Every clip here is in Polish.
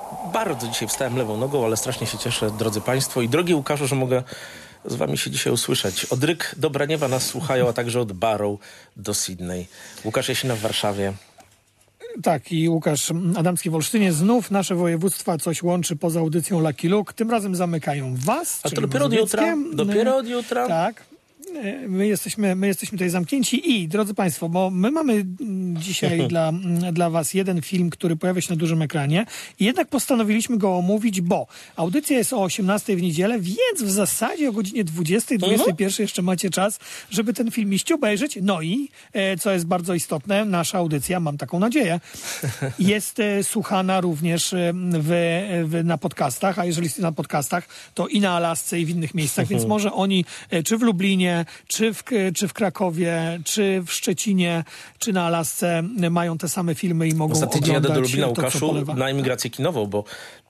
Bardzo dzisiaj wstałem lewą nogą, ale strasznie się cieszę, drodzy Państwo. I drogi Łukaszu, że mogę z Wami się dzisiaj usłyszeć. Od Ryk do Braniewa nas słuchają, a także od Barrow do Sydney. Łukasz Jasina w Warszawie. Tak, i Łukasz Adamski w Olsztynie. Znów nasze województwa coś łączy poza audycją Lucky Luke. Tym razem zamykają was. A to dopiero od jutra? Dopiero od jutra? Tak. My jesteśmy tutaj zamknięci i, drodzy Państwo, bo my mamy dzisiaj dla Was jeden film, który pojawia się na dużym ekranie i jednak postanowiliśmy go omówić, bo audycja jest o 18 w niedzielę, więc w zasadzie o godzinie 20, 21 jeszcze macie czas, żeby ten film iść obejrzeć. No i, co jest bardzo istotne, nasza audycja, mam taką nadzieję, jest słuchana również na podcastach, a jeżeli na podcastach, to i na Alasce i w innych miejscach, więc może oni, czy w Lublinie, czy w Krakowie, czy w Szczecinie, czy na Alasce mają te same filmy i mogą za tydzień oglądać jadę do Lublina, to, Łukaszu, na emigrację kinową, bo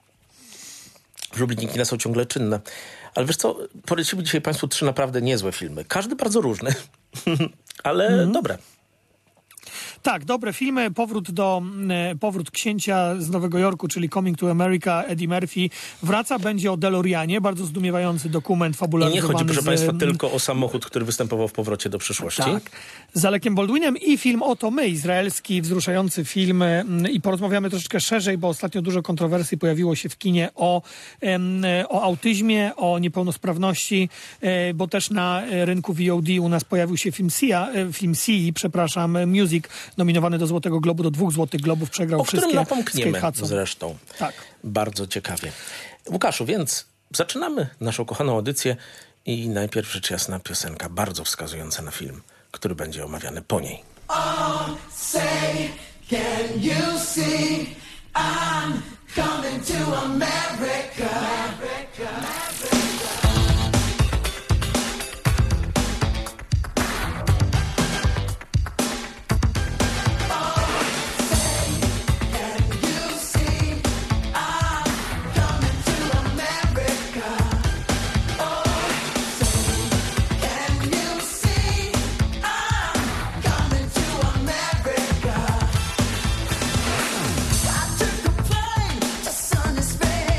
w Lublinie kina są ciągle czynne. Ale wiesz co, polecimy dzisiaj Państwu 3 naprawdę niezłe filmy. Każdy bardzo różny, ale dobre. Tak, dobre filmy. Powrót księcia z Nowego Jorku, czyli Coming to America, Eddie Murphy wraca. Będzie o DeLoreanie, bardzo zdumiewający dokument fabularyzowany. I nie chodzi, proszę Państwa, tylko o samochód, który występował w Powrocie do przyszłości. Tak, z Alekiem Baldwinem i film Oto my, izraelski, wzruszający film i porozmawiamy troszeczkę szerzej, bo ostatnio dużo kontrowersji pojawiło się w kinie o autyzmie, o niepełnosprawności, bo też na rynku VOD u nas pojawił się film Sia, Music, nominowany do Złotego Globu, do 2 Złotych Globów, przegrał wszystkie. O którym napomkniemy zresztą. Tak. Bardzo ciekawie. Łukaszu, więc zaczynamy naszą kochaną audycję i najpierw rzecz jasna piosenka bardzo wskazująca na film, który będzie omawiany po niej. Oh, say, can you see I'm coming to America? Sunny Spain.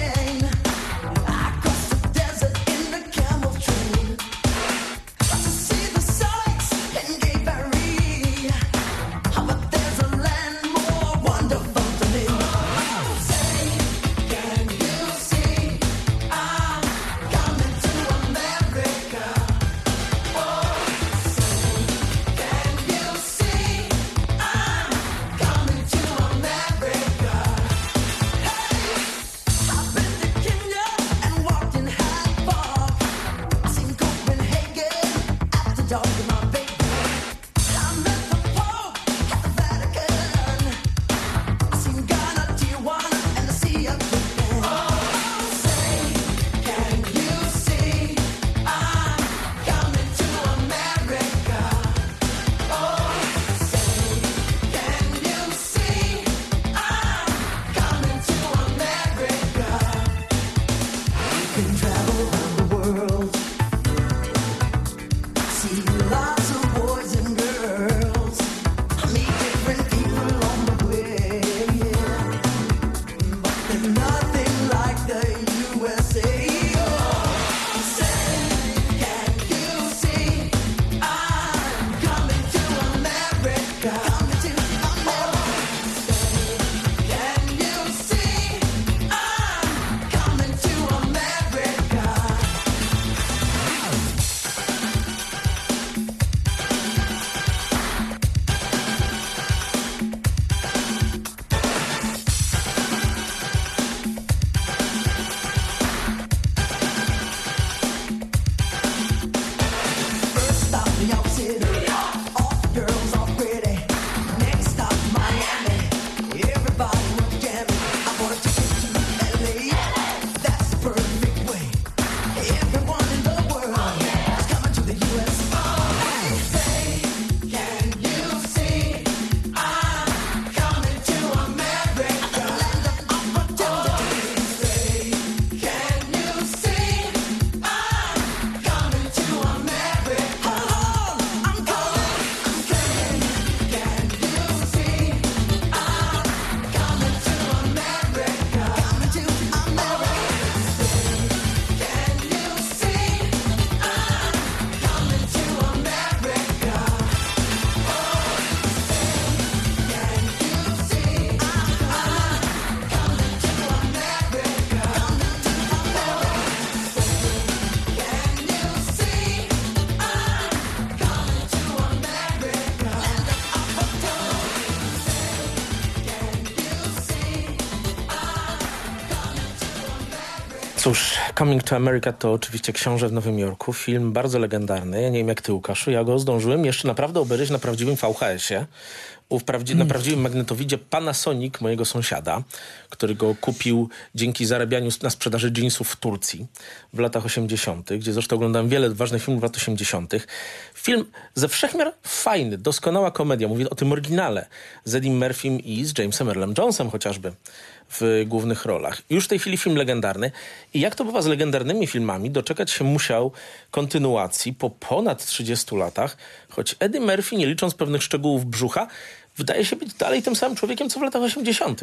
Cóż, Coming to America to oczywiście Książę w Nowym Jorku. Film bardzo legendarny. Ja nie wiem jak ty, Łukaszu. Ja go zdążyłem jeszcze naprawdę obejrzeć na prawdziwym VHS-ie. Na prawdziwym magnetowidzie Panasonic mojego sąsiada, który go kupił dzięki zarabianiu na sprzedaży jeansów w Turcji w latach 80., gdzie zresztą oglądałem wiele ważnych filmów lat 80. Film ze wszechmiar fajny, doskonała komedia. Mówię o tym oryginale z Eddie Murphym i z Jamesem Earlem Jonesem chociażby w głównych rolach. Już w tej chwili film legendarny. I jak to bywa z legendarnymi filmami, doczekać się musiał kontynuacji po ponad 30 latach, choć Eddie Murphy, nie licząc pewnych szczegółów brzucha, wydaje się być dalej tym samym człowiekiem, co w latach 80.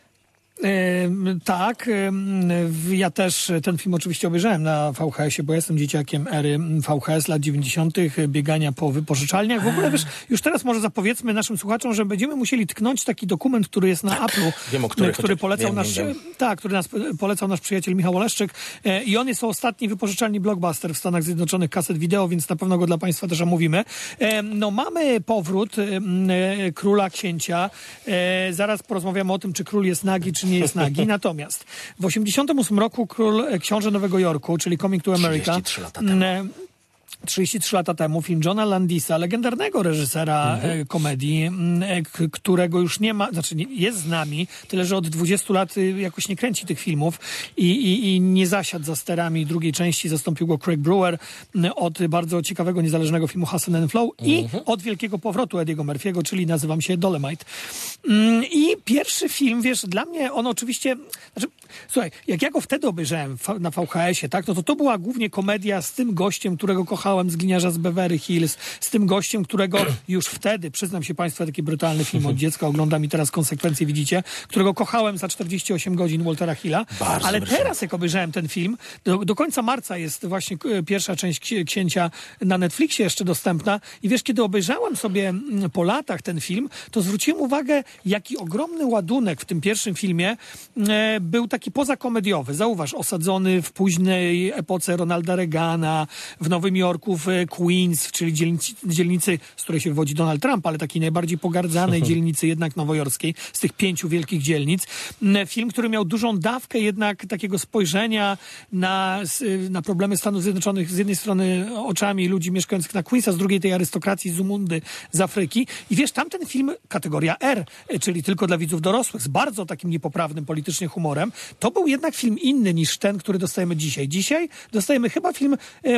Tak, ja też ten film oczywiście obejrzałem na VHS-ie, bo jestem dzieciakiem ery VHS lat 90., biegania po wypożyczalniach. W ogóle wiesz, już teraz może zapowiedzmy naszym słuchaczom, że będziemy musieli tknąć taki dokument, który jest na Apple'u, Wiem, który polecał który nas polecał nasz przyjaciel Michał Oleszczyk i on jest to ostatni wypożyczalni Blockbuster w Stanach Zjednoczonych kaset wideo, więc na pewno go dla Państwa też omówimy. No mamy powrót Króla Księcia. Zaraz porozmawiamy o tym, czy król jest nagi, czy nie jest nagi. Natomiast w 88 roku Książę Nowego Jorku, czyli Coming to America, 33 lata temu film Johna Landisa, legendarnego reżysera komedii, którego już nie ma, znaczy jest z nami, tyle że od 20 lat jakoś nie kręci tych filmów i nie zasiadł za sterami drugiej części. Zastąpił go Craig Brewer od bardzo ciekawego, niezależnego filmu Hustle and Flow i od wielkiego powrotu Eddiego Murphy'ego, czyli nazywam się Dolemite. I pierwszy film, wiesz, dla mnie on oczywiście, znaczy, słuchaj, jak ja go wtedy obejrzałem na VHS-ie, tak, no to była głównie komedia z tym gościem, którego kochałem z Gliniarza z Beverly Hills, z tym gościem, którego już wtedy, przyznam się Państwu, taki brutalny film od dziecka, oglądam i teraz konsekwencje widzicie, którego kochałem za 48 godzin Waltera Hilla. Bardzo ale teraz jak obejrzałem ten film, do końca marca jest właśnie pierwsza część Księcia na Netflixie jeszcze dostępna i wiesz, kiedy obejrzałem sobie po latach ten film, to zwróciłem uwagę, jaki ogromny ładunek w tym pierwszym filmie był taki pozakomediowy. Zauważ, osadzony w późnej epoce Ronalda Reagana, w Nowym Jorku, w Queens, czyli dzielnicy, z której się wywodzi Donald Trump, ale takiej najbardziej pogardzanej dzielnicy jednak nowojorskiej, z tych 5 wielkich dzielnic. Film, który miał dużą dawkę jednak takiego spojrzenia na problemy Stanów Zjednoczonych z jednej strony oczami ludzi mieszkających na Queens, a z drugiej tej arystokracji Zumundy z Afryki. I wiesz, tamten film, kategoria R, czyli tylko dla widzów dorosłych, z bardzo takim niepoprawnym politycznie humorem, to był jednak film inny niż ten, który dostajemy dzisiaj. Dzisiaj dostajemy chyba film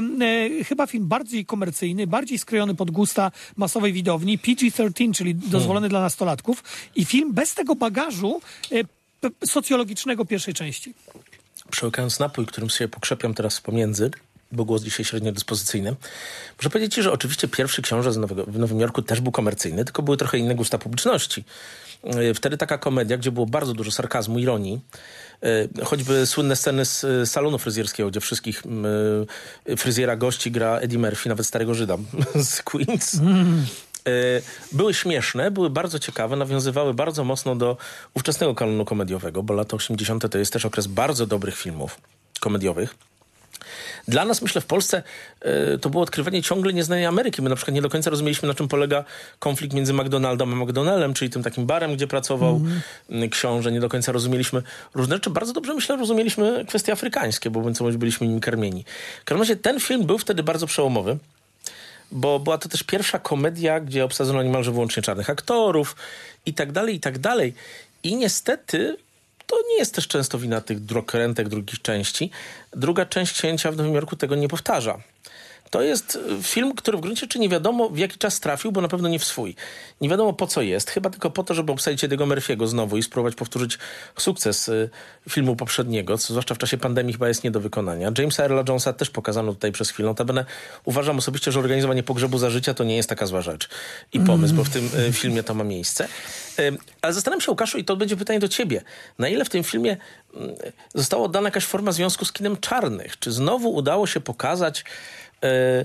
bardziej komercyjny, bardziej skrojony pod gusta masowej widowni, PG-13, czyli dozwolony dla nastolatków i film bez tego bagażu socjologicznego pierwszej części. Przełykając napój, którym sobie pokrzepiam teraz pomiędzy, bo głos dzisiaj średnio dyspozycyjny, muszę powiedzieć ci, że oczywiście pierwszy Książę w Nowym Jorku też był komercyjny, tylko były trochę inne gusta publiczności. Wtedy taka komedia, gdzie było bardzo dużo sarkazmu, ironii, choćby słynne sceny z salonu fryzjerskiego, gdzie wszystkich fryzjera gości gra Eddie Murphy, nawet starego Żyda z Queens. Były śmieszne, były bardzo ciekawe, nawiązywały bardzo mocno do ówczesnego kanonu komediowego, bo lata 80. to jest też okres bardzo dobrych filmów komediowych. Dla nas, myślę, w Polsce to było odkrywanie ciągle nieznanej Ameryki. My na przykład nie do końca rozumieliśmy, na czym polega konflikt między McDonaldem a McDonaldem, czyli tym takim barem, gdzie pracował książę. Nie do końca rozumieliśmy różne rzeczy. Bardzo dobrze, myślę, rozumieliśmy kwestie afrykańskie, bo byliśmy nimi karmieni. W każdym razie ten film był wtedy bardzo przełomowy, bo była to też pierwsza komedia, gdzie obsadzono niemalże wyłącznie czarnych aktorów i tak dalej, i tak dalej. I niestety to nie jest też często wina tych krętek drugich części. Druga część Księcia w Nowym Jorku tego nie powtarza. To jest film, który w gruncie rzeczy nie wiadomo w jaki czas trafił, bo na pewno nie w swój. Nie wiadomo po co jest. Chyba tylko po to, żeby obsadzić Eddiego Murphy'ego znowu i spróbować powtórzyć sukces filmu poprzedniego, co zwłaszcza w czasie pandemii chyba jest nie do wykonania. Jamesa Earla Jonesa też pokazano tutaj przez chwilę. Notabene uważam osobiście, że organizowanie pogrzebu za życia to nie jest taka zła rzecz i pomysł, bo w tym filmie to ma miejsce. Ale zastanawiam się, Łukaszu, i to będzie pytanie do ciebie. Na ile w tym filmie została oddana jakaś forma związku z kinem czarnych? Czy znowu udało się pokazać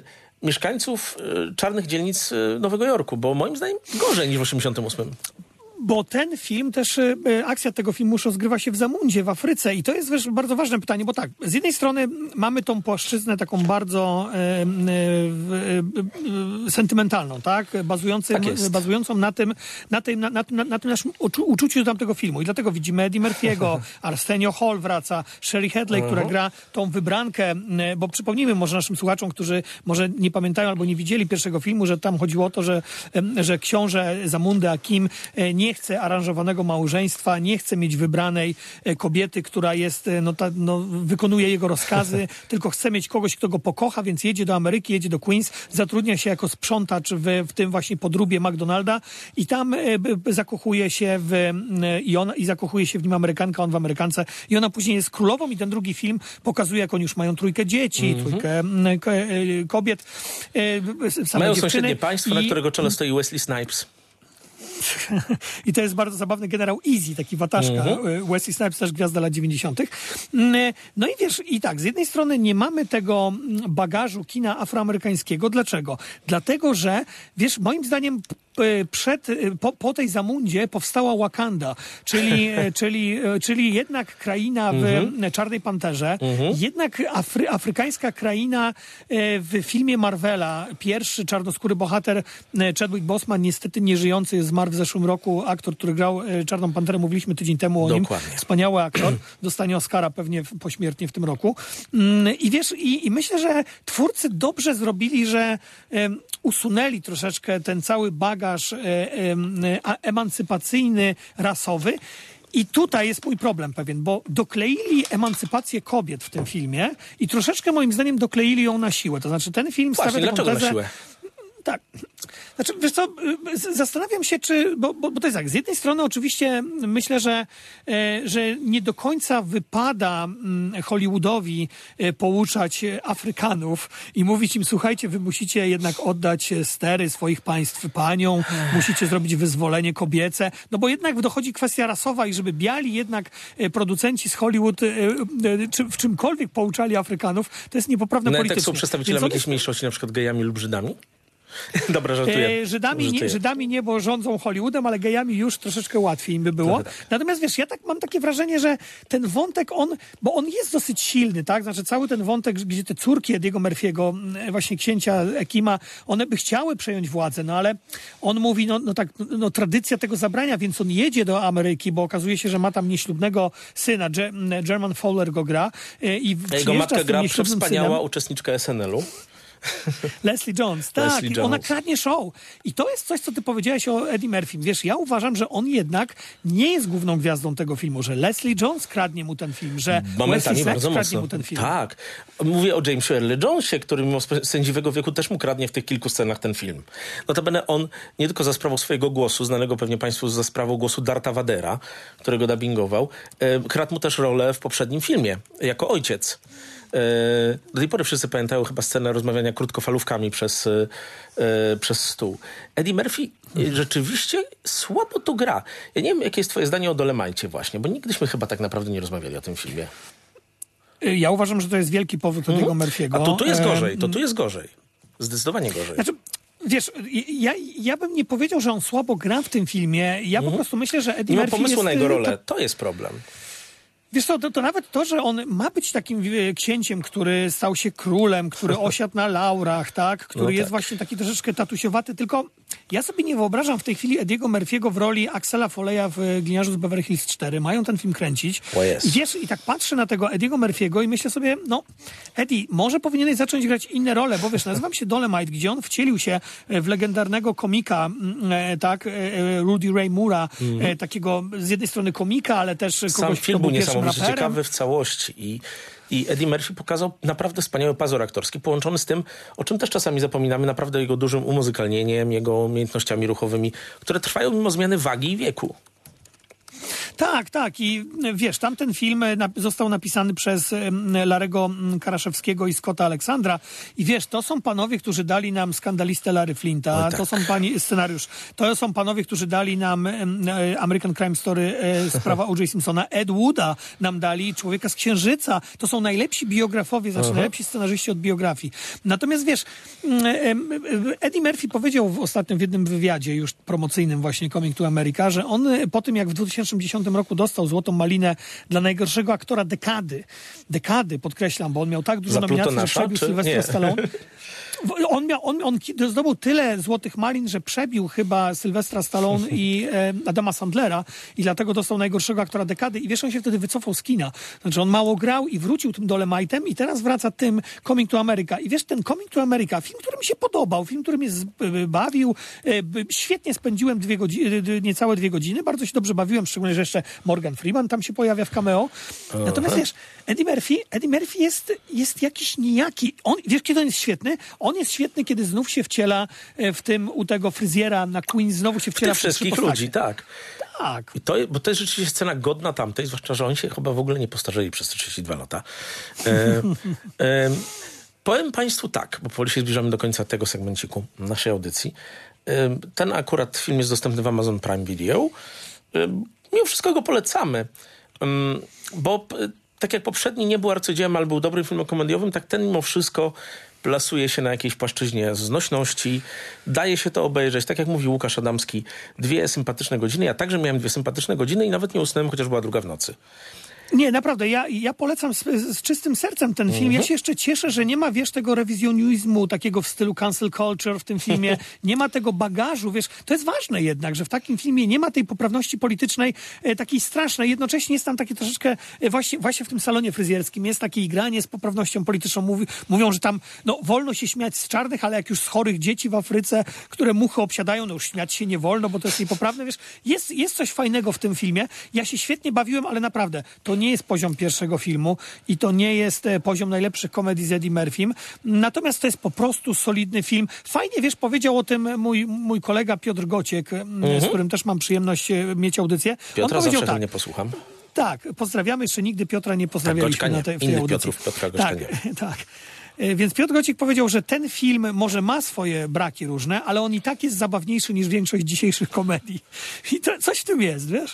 mieszkańców czarnych dzielnic Nowego Jorku? Bo moim zdaniem gorzej niż w 88. Bo ten film też, akcja tego filmu rozgrywa się w Zamundzie, w Afryce i to jest wiesz, bardzo ważne pytanie, bo tak, z jednej strony mamy tą płaszczyznę taką bardzo sentymentalną, tak? Bazującą na tym naszym uczuciu do tamtego filmu i dlatego widzimy Eddie Murphy'ego, Arsenio Hall wraca, Shelley Hadley, która gra tą wybrankę, bo przypomnijmy może naszym słuchaczom, którzy może nie pamiętają albo nie widzieli pierwszego filmu, że tam chodziło o to, że książę Zamundy Hakim nie chce aranżowanego małżeństwa, nie chce mieć wybranej kobiety, która jest, wykonuje jego rozkazy, tylko chce mieć kogoś, kto go pokocha, więc jedzie do Ameryki, jedzie do Queens, zatrudnia się jako sprzątacz w tym właśnie podróbie McDonalda i tam zakochuje się i zakochuje się w nim Amerykanka, on w Amerykance i ona później jest królową i ten drugi film pokazuje, jak oni już mają trójkę dzieci, trójkę kobiet, same mają dziewczyny. sąsiednie państwo, na którego czele stoi Wesley Snipes. I to jest bardzo zabawny generał Easy, taki wataszka. Wesley Snipes też gwiazda lat 90. No i wiesz, i tak, z jednej strony nie mamy tego bagażu kina afroamerykańskiego. Dlaczego? Dlatego, że wiesz, moim zdaniem po tej Zamundzie powstała Wakanda, czyli jednak kraina w Czarnej Panterze, jednak afrykańska kraina w filmie Marvela. Pierwszy czarnoskóry bohater Chadwick Boseman, niestety nieżyjący, zmarł w zeszłym roku, aktor, który grał Czarną Panterę, mówiliśmy tydzień temu o nim. Wspaniały aktor, dostanie Oscara pewnie pośmiertnie w tym roku. I wiesz, i myślę, że twórcy dobrze zrobili, że usunęli troszeczkę ten cały bagaż emancypacyjny, rasowy. I tutaj jest mój problem pewien, bo dokleili emancypację kobiet w tym filmie i troszeczkę moim zdaniem dokleili ją na siłę. To znaczy ten film stawia taką tezę... na siłę? Tak. Znaczy, wiesz co, zastanawiam się, bo to jest tak, z jednej strony oczywiście myślę, że nie do końca wypada Hollywoodowi pouczać Afrykanów i mówić im, słuchajcie, wy musicie jednak oddać stery swoich państw paniom, musicie zrobić wyzwolenie kobiece, no bo jednak dochodzi kwestia rasowa i żeby biali jednak producenci z Hollywood w czymkolwiek pouczali Afrykanów, to jest niepoprawne politycznie. Tak są przedstawicielami jakiejś mniejszości, na przykład gejami lub Żydami? Dobra, żartuję. Żydami nie, bo rządzą Hollywoodem, ale gejami już troszeczkę łatwiej im by było. Tak. Natomiast wiesz, ja tak mam takie wrażenie, że ten wątek, bo on jest dosyć silny, tak? Znaczy cały ten wątek, gdzie te córki Ediego Murphy'ego, właśnie księcia Hakima, one by chciały przejąć władzę, no ale on mówi, tradycja tego zabrania, więc on jedzie do Ameryki, bo okazuje się, że ma tam nieślubnego syna, German Fowler go gra. I jego matka gra wspaniała uczestniczka SNL-u. Leslie Jones, tak. Ona kradnie show. I to jest coś, co ty powiedziałeś o Eddie Murphy. Wiesz, ja uważam, że on jednak nie jest główną gwiazdą tego filmu, że Leslie Jones kradnie mu ten film, że momentami bardzo kradnie mu ten film. Tak. Mówię o Jamesie Earl Jonesie, który mimo sędziwego wieku też mu kradnie w tych kilku scenach ten film. Notabene on nie tylko za sprawą swojego głosu, znanego pewnie państwu za sprawą głosu Dartha Vadera, którego dubbingował, kradł mu też rolę w poprzednim filmie, jako ojciec. Do tej pory wszyscy pamiętają chyba scenę rozmawiania krótkofalówkami przez stół. Eddie Murphy rzeczywiście słabo tu gra. Ja nie wiem, jakie jest twoje zdanie o Dolemajcie właśnie, bo nigdyśmy chyba tak naprawdę nie rozmawiali o tym filmie. Ja uważam, że to jest wielki powód Eddiego Murphy'ego. A to tu jest gorzej, tu jest gorzej. Zdecydowanie gorzej. Znaczy, wiesz, ja bym nie powiedział, że on słabo gra w tym filmie. Ja po prostu myślę, że Eddie Murphy pomysłu jest... na jego rolę, to jest problem. Wiesz co, to nawet to, że on ma być takim księciem, który stał się królem, który osiadł na laurach, tak? Który jest właśnie taki troszeczkę tatusiowaty, tylko ja sobie nie wyobrażam w tej chwili Eddiego Murphy'ego w roli Axela Foley'a w Gliniarzu z Beverly Hills 4. Mają ten film kręcić. I wiesz, i tak patrzę na tego Eddiego Murphy'ego i myślę sobie, Eddie, może powinieneś zacząć grać inne role, bo wiesz, nazywam się Dolemite, gdzie on wcielił się w legendarnego komika, tak, Rudy Ray Moore'a, takiego z jednej strony komika, ale też kogoś, kto był pierwszym raperem. Ciekawy w całości i Eddie Murphy pokazał naprawdę wspaniały pazur aktorski, połączony z tym, o czym też czasami zapominamy, naprawdę jego dużym umuzykalnieniem, jego umiejętnościami ruchowymi, które trwają mimo zmiany wagi i wieku. Tak. I wiesz, tamten film został napisany przez Larego Karaszewskiego i Scotta Aleksandra. I wiesz, to są panowie, którzy dali nam Skandalistę Larry Flinta. Oj, tak. To są scenariusz. To są panowie, którzy dali nam American Crime Story, sprawa O.J. Simpsona. Ed Wooda nam dali, Człowieka z Księżyca. To są najlepsi biografowie, najlepsi scenarzyści od biografii. Natomiast wiesz, Eddie Murphy powiedział ostatnio w jednym wywiadzie już promocyjnym właśnie Coming to America, że on po tym, jak w 2010 roku dostał Złotą Malinę dla najgorszego aktora dekady, podkreślam, bo on miał tak dużo nominacji, że przebił Sylwestra Stallone. On zdobył tyle Złotych Malin, że przebił chyba Sylwestra Stallone i Adama Sandlera i dlatego dostał najgorszego aktora dekady. I wiesz, on się wtedy wycofał z kina. Znaczy on mało grał i wrócił tym Dolemite'em i teraz wraca tym Coming to America. I wiesz, ten Coming to America, film, który mi się podobał, film, który mnie bawił, świetnie spędziłem niecałe 2 godziny, bardzo się dobrze bawiłem, szczególnie, że jeszcze Morgan Freeman tam się pojawia w cameo. Natomiast wiesz, Eddie Murphy jest jakiś nijaki. Wiesz, kiedy on jest świetny? On jest świetny, kiedy znów się wciela u tego fryzjera na Queen, znowu się wciela w tych wszystkich ludzi, tak. Tak. Bo to jest rzeczywiście scena godna tamtej, zwłaszcza, że oni się chyba w ogóle nie postarzeli przez te 32 lata. Powiem państwu tak, bo powoli się zbliżamy do końca tego segmenciku naszej audycji. Ten akurat film jest dostępny w Amazon Prime Video. Mimo wszystko go polecamy, bo tak jak poprzedni nie był arcydziełem, ale był dobrym filmem komediowym, tak ten mimo wszystko plasuje się na jakiejś płaszczyźnie znośności. Daje się to obejrzeć. Tak jak mówił Łukasz Adamski, 2 sympatyczne godziny. Ja także miałem 2 sympatyczne godziny i nawet nie usnąłem, chociaż była 2 w nocy. Nie, naprawdę, ja polecam z czystym sercem ten film. Ja się jeszcze cieszę, że nie ma, wiesz, tego rewizjonizmu takiego w stylu cancel culture w tym filmie. Nie ma tego bagażu, wiesz. To jest ważne jednak, że w takim filmie nie ma tej poprawności politycznej takiej strasznej. Jednocześnie jest tam takie troszeczkę, właśnie w tym salonie fryzjerskim jest takie igranie z poprawnością polityczną. Mówią, że tam wolno się śmiać z czarnych, ale jak już z chorych dzieci w Afryce, które muchy obsiadają, już śmiać się nie wolno, bo to jest niepoprawne, wiesz. Jest coś fajnego w tym filmie. Ja się świetnie bawiłem, ale naprawdę, to nie jest poziom pierwszego filmu i to nie jest poziom najlepszych komedii z Eddie Murphym. Natomiast to jest po prostu solidny film. Fajnie, wiesz, powiedział o tym mój kolega Piotr Gociek, z którym też mam przyjemność mieć audycję. Piotra on powiedział zawsze tak. nie posłucham. Tak, pozdrawiamy. Jeszcze nigdy Piotra nie pozdrawialiśmy w tej audycji. Piotra Goczka nie. Tak. Więc Piotr Gocik powiedział, że ten film może ma swoje braki różne, ale on i tak jest zabawniejszy niż większość dzisiejszych komedii. I to, coś w tym jest, wiesz?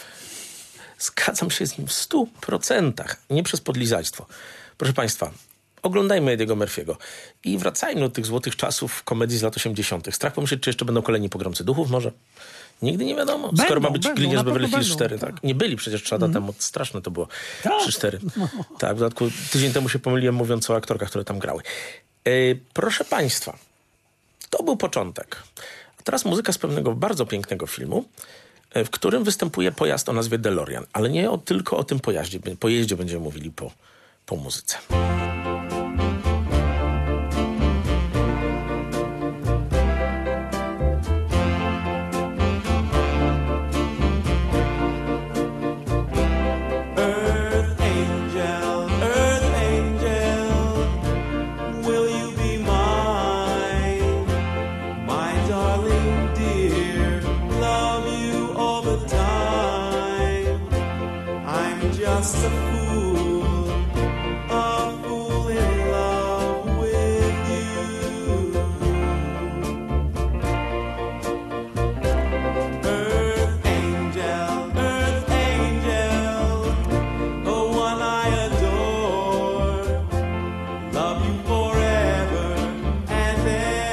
Zgadzam się z nim w 100%. Nie przez podlizactwo. Proszę państwa, oglądajmy Eddie'ego Murphy'ego i wracajmy do tych złotych czasów komedii z lat 80. Strach pomyśleć, czy jeszcze będą kolejni Pogromcy Duchów może? Nigdy nie wiadomo. Skoro ma być Glinie z Beverly Hills 4, tak. Nie byli przecież 3 lata temu. Straszne to było. 3-4. Tak, w dodatku tydzień temu się pomyliłem, mówiąc o aktorkach, które tam grały. Proszę państwa, to był początek. A teraz muzyka z pewnego bardzo pięknego filmu, w którym występuje pojazd o nazwie DeLorean. Ale nie tylko o tym pojeździe będziemy mówili po muzyce. Just a fool in love with you. Earth angel, the one I adore. Love you forever and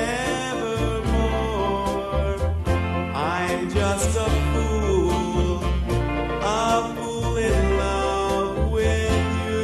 evermore. I'm just a fool in love with you.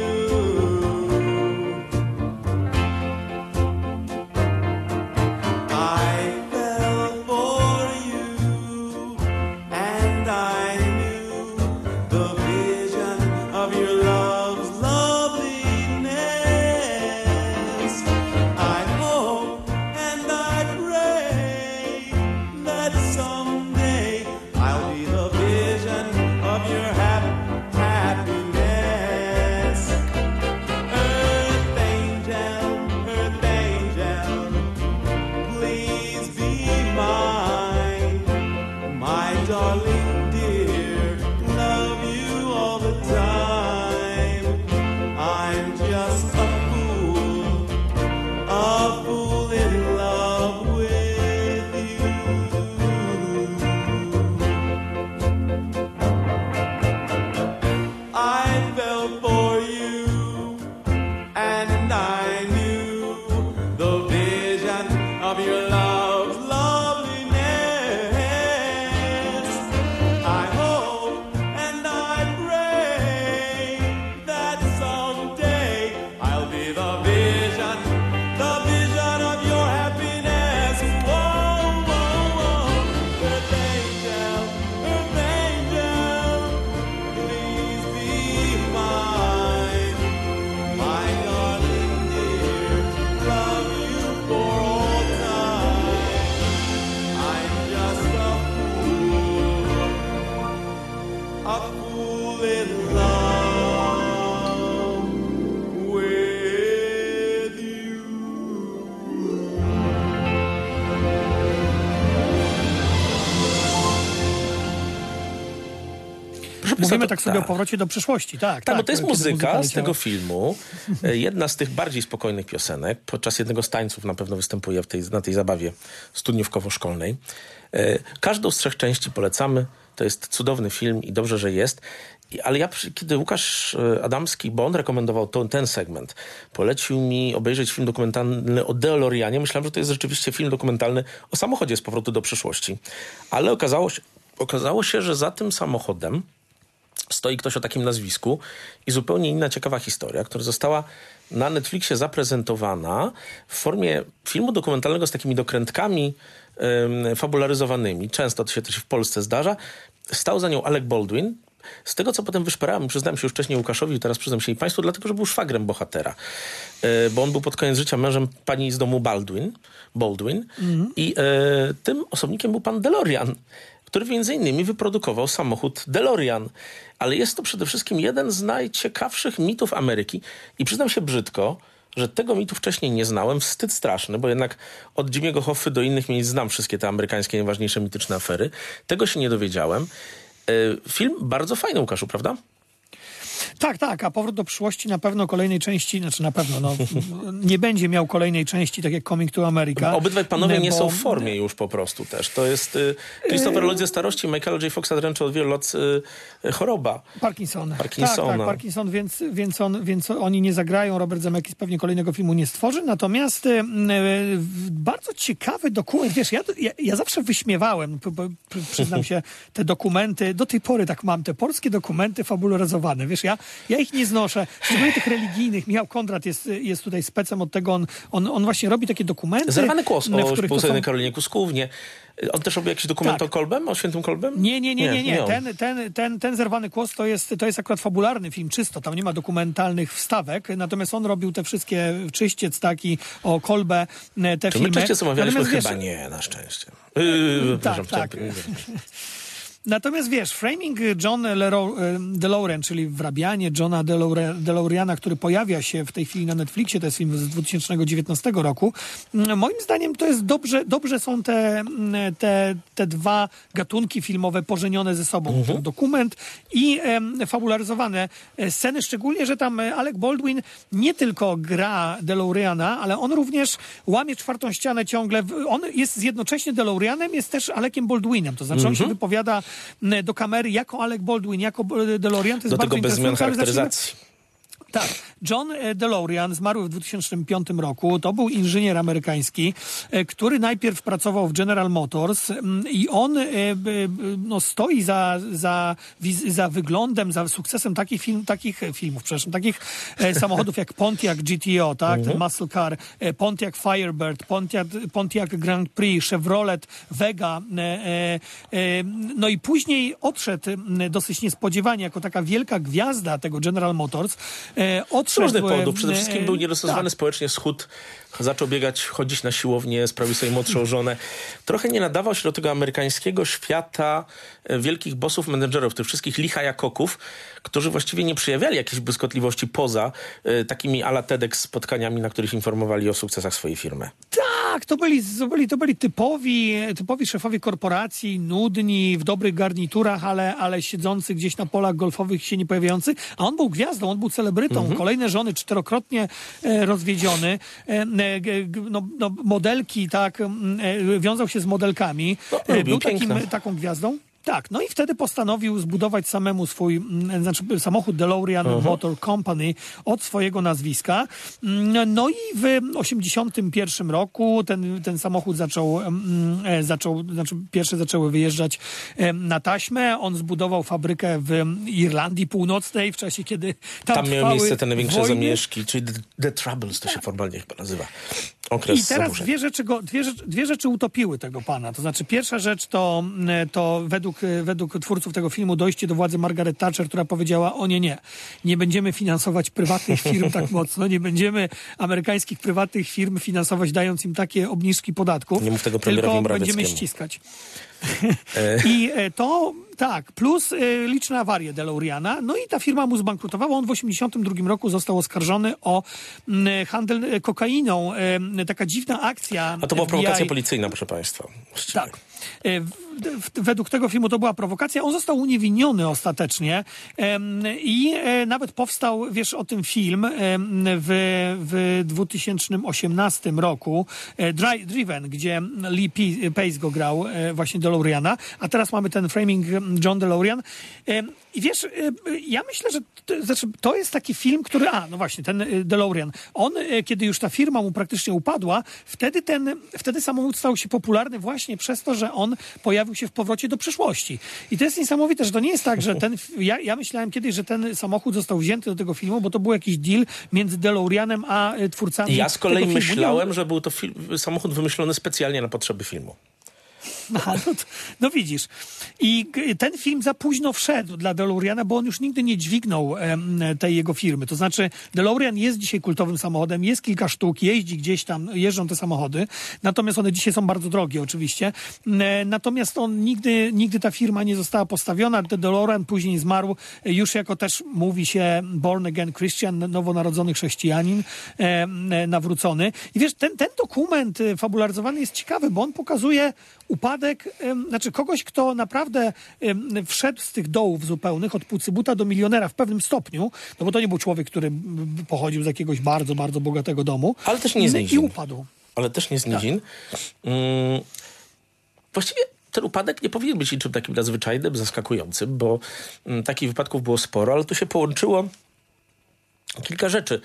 mówimy tak sobie o powrocie do przyszłości. Tak, bo to jest kiedy muzyka z leciała. tego filmu. Jedna z tych bardziej spokojnych piosenek. Podczas jednego z tańców na pewno występuje na tej zabawie studniówkowo-szkolnej. Każdą z 3 części polecamy. To jest cudowny film i dobrze, że jest. Ale kiedy Łukasz Adamski, bo on rekomendował ten segment, polecił mi obejrzeć film dokumentalny o DeLoreanie. Myślałem, że to jest rzeczywiście film dokumentalny o samochodzie z powrotu do przyszłości. Ale okazało się, że za tym samochodem stoi ktoś o takim nazwisku i zupełnie inna ciekawa historia, która została na Netflixie zaprezentowana w formie filmu dokumentalnego z takimi dokrętkami fabularyzowanymi. Często to się też w Polsce zdarza. Stał za nią Alec Baldwin. Z tego, co potem wyszperałem, przyznałem się już wcześniej Łukaszowi i teraz przyznam się i Państwu, dlatego, że był szwagrem bohatera. Bo on był pod koniec życia mężem pani z domu Baldwin. I tym osobnikiem był pan DeLorean, który między innymi wyprodukował samochód DeLorean. Ale jest to przede wszystkim jeden z najciekawszych mitów Ameryki. I przyznam się brzydko, że tego mitu wcześniej nie znałem. Wstyd straszny, bo jednak od Jimmy'ego Hoffy do innych miejsc znam wszystkie te amerykańskie najważniejsze mityczne afery. Tego się nie dowiedziałem. Film bardzo fajny, Łukaszu, prawda? Tak, a Powrót do przyszłości na pewno kolejnej części, nie będzie miał kolejnej części, tak jak Coming to America. Obydwaj panowie nie są w formie już po prostu też. To jest Christopher Lloyd ze starości, Michaela J. Foxa dręczy od wielu lat choroba. Parkinsona. Parkinsona. Tak, Parkinson, więc oni nie zagrają. Robert Zemeckis pewnie kolejnego filmu nie stworzy. Natomiast bardzo ciekawy dokument. Wiesz, ja zawsze wyśmiewałem, przyznam się, te dokumenty. Do tej pory tak mam, te polskie dokumenty fabularyzowane. Wiesz, ja ich nie znoszę. Szczególnie tych religijnych. Michał Kondrat jest tutaj specem od tego. On właśnie robi takie dokumenty. Zerwany głos o współceninej Karolinie Kuskównie. On też robi jakiś dokument o Kolbem? O świętym Kolbem? Nie. Ten Zerwany głos to jest akurat fabularny film, czysto. Tam nie ma dokumentalnych wstawek. Natomiast on robił te wszystkie Czyściec, taki o Kolbę, te Czy filmy. my Czyściec omawialiśmy? Natomiast Chyba nie, na szczęście. Tak. Natomiast wiesz, Framing John DeLorean, czyli wrabianie Johna DeLoreana, który pojawia się w tej chwili na Netflixie, to jest film z 2019 roku. Moim zdaniem to jest dobrze są te dwa gatunki filmowe pożenione ze sobą. Dokument i fabularyzowane sceny, szczególnie, że tam Alec Baldwin nie tylko gra DeLoreana, ale on również łamie 4. ścianę ciągle. On jest jednocześnie DeLoreanem, jest też Aleciem Baldwinem. To znaczy on się wypowiada do kamery jako Alec Baldwin, jako DeLorean. To jest do bardzo tego bez zmian charakteryzacji. Tak. John DeLorean zmarł w 2005 roku. To był inżynier amerykański, który najpierw pracował w General Motors i on stoi za wyglądem, za sukcesem takich samochodów jak Pontiac GTO, tak? Ten muscle car, Pontiac Firebird, Pontiac Grand Prix, Chevrolet Vega. No i później odszedł dosyć niespodziewanie jako taka wielka gwiazda tego General Motors. Z różnych powodów. Przede wszystkim był niedostosowany społecznie, schudł, zaczął chodzić na siłownię, sprawił sobie młodszą żonę. Trochę nie nadawał się do tego amerykańskiego świata wielkich bossów, menedżerów, tych wszystkich lichajakoków, którzy właściwie nie przejawiali jakiejś błyskotliwości poza takimi a la TEDx spotkaniami, na których informowali o sukcesach swojej firmy. Tak, to byli typowi szefowie korporacji, nudni, w dobrych garniturach, ale siedzący gdzieś na polach golfowych, się nie pojawiający. A on był gwiazdą, on był celebrytą. Kolejne żony, 4-krotnie rozwiedziony. Modelki, tak, wiązał się z modelkami. Był taką gwiazdą. Tak, no i wtedy postanowił zbudować samemu swój, samochód DeLorean Motor Company od swojego nazwiska. No i w 1981 roku ten samochód pierwsze zaczęły wyjeżdżać na taśmę. On zbudował fabrykę w Irlandii Północnej w czasie, kiedy tam miały miejsce te największe zamieszki, czyli The Troubles to się formalnie chyba nazywa. Okres i teraz zaburzeń. dwie rzeczy utopiły tego pana. To znaczy pierwsza rzecz to według twórców tego filmu dojście do władzy Margaret Thatcher, która powiedziała: o nie będziemy finansować prywatnych firm tak mocno, nie będziemy amerykańskich prywatnych firm finansować, dając im takie obniżki podatków. Nie mów tego premierowi tylko Morawieckiemu. będziemy ściskać. I to tak, plus liczne awarie DeLoreana. No i ta firma mu zbankrutowała. On w 1982 roku został oskarżony o handel kokainą. Taka dziwna akcja. A to była FBI. prowokacja policyjna, proszę państwa. Właściwie. Tak. Według tego filmu to była prowokacja. On został uniewinniony ostatecznie i nawet powstał, wiesz, o tym film w 2018 roku Driven, gdzie Lee Pace go grał, właśnie DeLoreana, a teraz mamy ten framing John DeLorean. I wiesz, ja myślę, że to jest taki film, który... no właśnie, ten DeLorean. On, kiedy już ta firma mu praktycznie upadła, wtedy samochód stał się popularny właśnie przez to, że on pojawił się w Powrocie do przyszłości. I to jest niesamowite, że to nie jest tak, że ja myślałem kiedyś, że ten samochód został wzięty do tego filmu, bo to był jakiś deal między DeLoreanem a twórcami. Ja z kolei tego filmu. myślałem, że był to samochód wymyślony specjalnie na potrzeby filmu. No widzisz. I ten film za późno wszedł dla DeLoreana, bo on już nigdy nie dźwignął tej jego firmy. To znaczy DeLorean jest dzisiaj kultowym samochodem, jest kilka sztuk, jeździ gdzieś tam, jeżdżą te samochody, natomiast one dzisiaj są bardzo drogie oczywiście. Natomiast nigdy ta firma nie została postawiona. DeLorean później zmarł już jako też, mówi się, born again Christian, nowonarodzony chrześcijanin, nawrócony. I wiesz, ten dokument fabularyzowany jest ciekawy, bo on pokazuje upadek, znaczy kogoś, kto naprawdę wszedł z tych dołów zupełnych, od pucybuta do milionera w pewnym stopniu, no bo to nie był człowiek, który pochodził z jakiegoś bardzo, bardzo bogatego domu. Ale też nie z nizin. I upadł. Ale też nie z nizin. Tak. Właściwie ten upadek nie powinien być niczym takim nadzwyczajnym, zaskakującym, bo takich wypadków było sporo, ale tu się połączyło kilka rzeczy.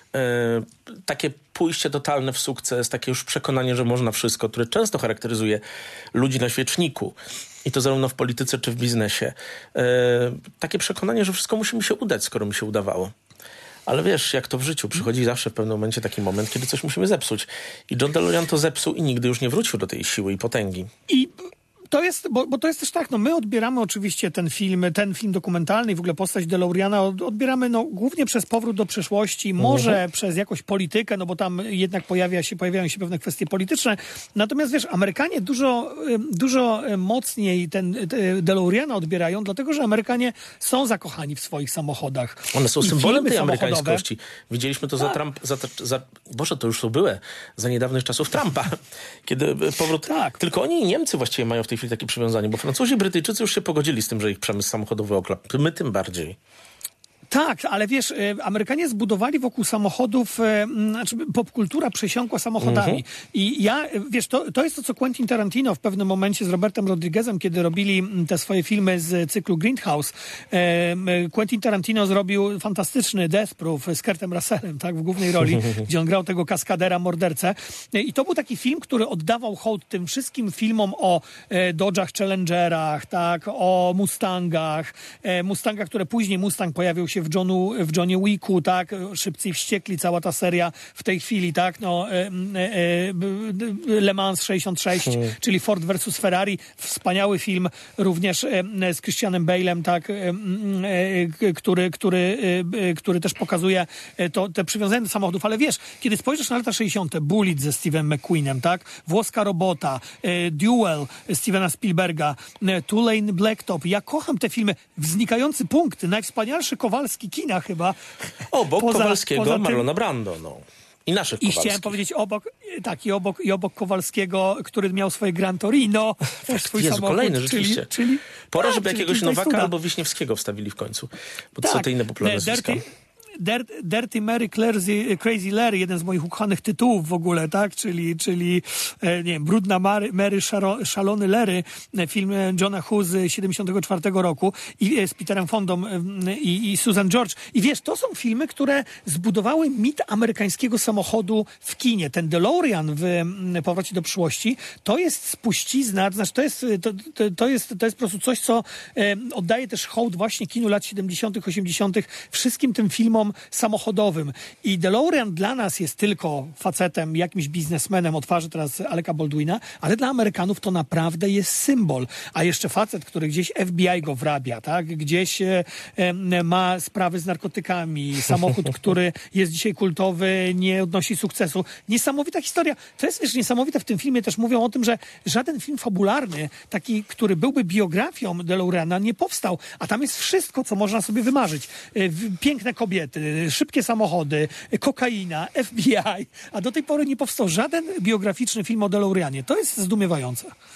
Takie pójście totalne w sukces, takie już przekonanie, że można wszystko, które często charakteryzuje ludzi na świeczniku. I to zarówno w polityce, czy w biznesie. Takie przekonanie, że wszystko musi mi się udać, skoro mi się udawało. Ale wiesz, jak to w życiu, przychodzi zawsze w pewnym momencie taki moment, kiedy coś musimy zepsuć. I John DeLorean to zepsuł i nigdy już nie wrócił do tej siły i potęgi. I to jest, bo to jest też tak, no my odbieramy oczywiście ten film dokumentalny i w ogóle postać DeLoreana odbieramy głównie przez powrót do przeszłości, może przez jakąś politykę, no bo tam jednak pojawiają się pewne kwestie polityczne. Natomiast wiesz, Amerykanie dużo mocniej ten DeLoreana odbierają, dlatego że Amerykanie są zakochani w swoich samochodach. One są I symbolem tej samochodowe. amerykańskości. Widzieliśmy to Boże, to już to były za niedawnych czasów Trumpa. Kiedy powrót... Tak. Tylko oni i Niemcy właściwie mają w tej chwili takie przywiązanie, bo Francuzi i Brytyjczycy już się pogodzili z tym, że ich przemysł samochodowy oklapł. My tym bardziej. Tak, ale wiesz, Amerykanie zbudowali wokół samochodów, znaczy popkultura przesiąkła samochodami. I wiesz, to jest to, co Quentin Tarantino w pewnym momencie z Robertem Rodriguezem, kiedy robili te swoje filmy z cyklu Grindhouse. Quentin Tarantino zrobił fantastyczny Death Proof z Kurtem Russellem, tak, w głównej roli, gdzie on grał tego kaskadera, mordercę. I to był taki film, który oddawał hołd tym wszystkim filmom o Dodge'ach Challengerach, tak, o Mustangach, które później Mustang pojawił się w Johnie Wicku, tak, Szybcy i Wściekli, cała ta seria w tej chwili, tak, no, Le Mans 66, czyli Ford versus Ferrari, wspaniały film również z Christianem Bale'em, tak, który też pokazuje te przywiązanie do samochodów, ale wiesz, kiedy spojrzysz na lata 60., Bullitt ze Steve'em McQueenem, tak, Włoska robota, Duel Stevena Spielberga, Tulane Blacktop, ja kocham te filmy, Znikający punkt, najwspanialszy Kowalski kina chyba. Obok Kowalskiego, Marlona Brando, no. I naszych I Kowalskich. chciałem powiedzieć obok Kowalskiego, który miał swoje Gran Torino, też swój Jezu, samochód. kolejny, rzeczywiście. Pora, żeby jakiegoś Clint Nowaka Eastwooda. albo Wiśniewskiego wstawili w końcu. Bo to są te inne popularne nazwiska. Dirty Mary Crazy Larry, jeden z moich ukochanych tytułów w ogóle, tak? Czyli nie wiem, Brudna Mary, Szalony Larry, film Johna Hughes z 74 roku i z Peterem Fondą i Susan George. I wiesz, to są filmy, które zbudowały mit amerykańskiego samochodu w kinie. Ten DeLorean w Powrocie do przyszłości to jest spuścizna, to znaczy to jest po prostu coś, co oddaje też hołd właśnie kinu lat 70., 80., wszystkim tym filmom samochodowym. I DeLorean dla nas jest tylko facetem, jakimś biznesmenem o twarzy teraz Aleka Baldwina, ale dla Amerykanów to naprawdę jest symbol. A jeszcze facet, który gdzieś FBI go wrabia, tak? Gdzieś ma sprawy z narkotykami, samochód, który jest dzisiaj kultowy, nie odnosi sukcesu. Niesamowita historia. To jest, wiesz, niesamowite w tym filmie też mówią o tym, że żaden film fabularny, taki, który byłby biografią DeLoreana, nie powstał. A tam jest wszystko, co można sobie wymarzyć. Piękne kobiety, szybkie samochody, kokaina, FBI, a do tej pory nie powstał żaden biograficzny film o DeLoreanie. To jest zdumiewające.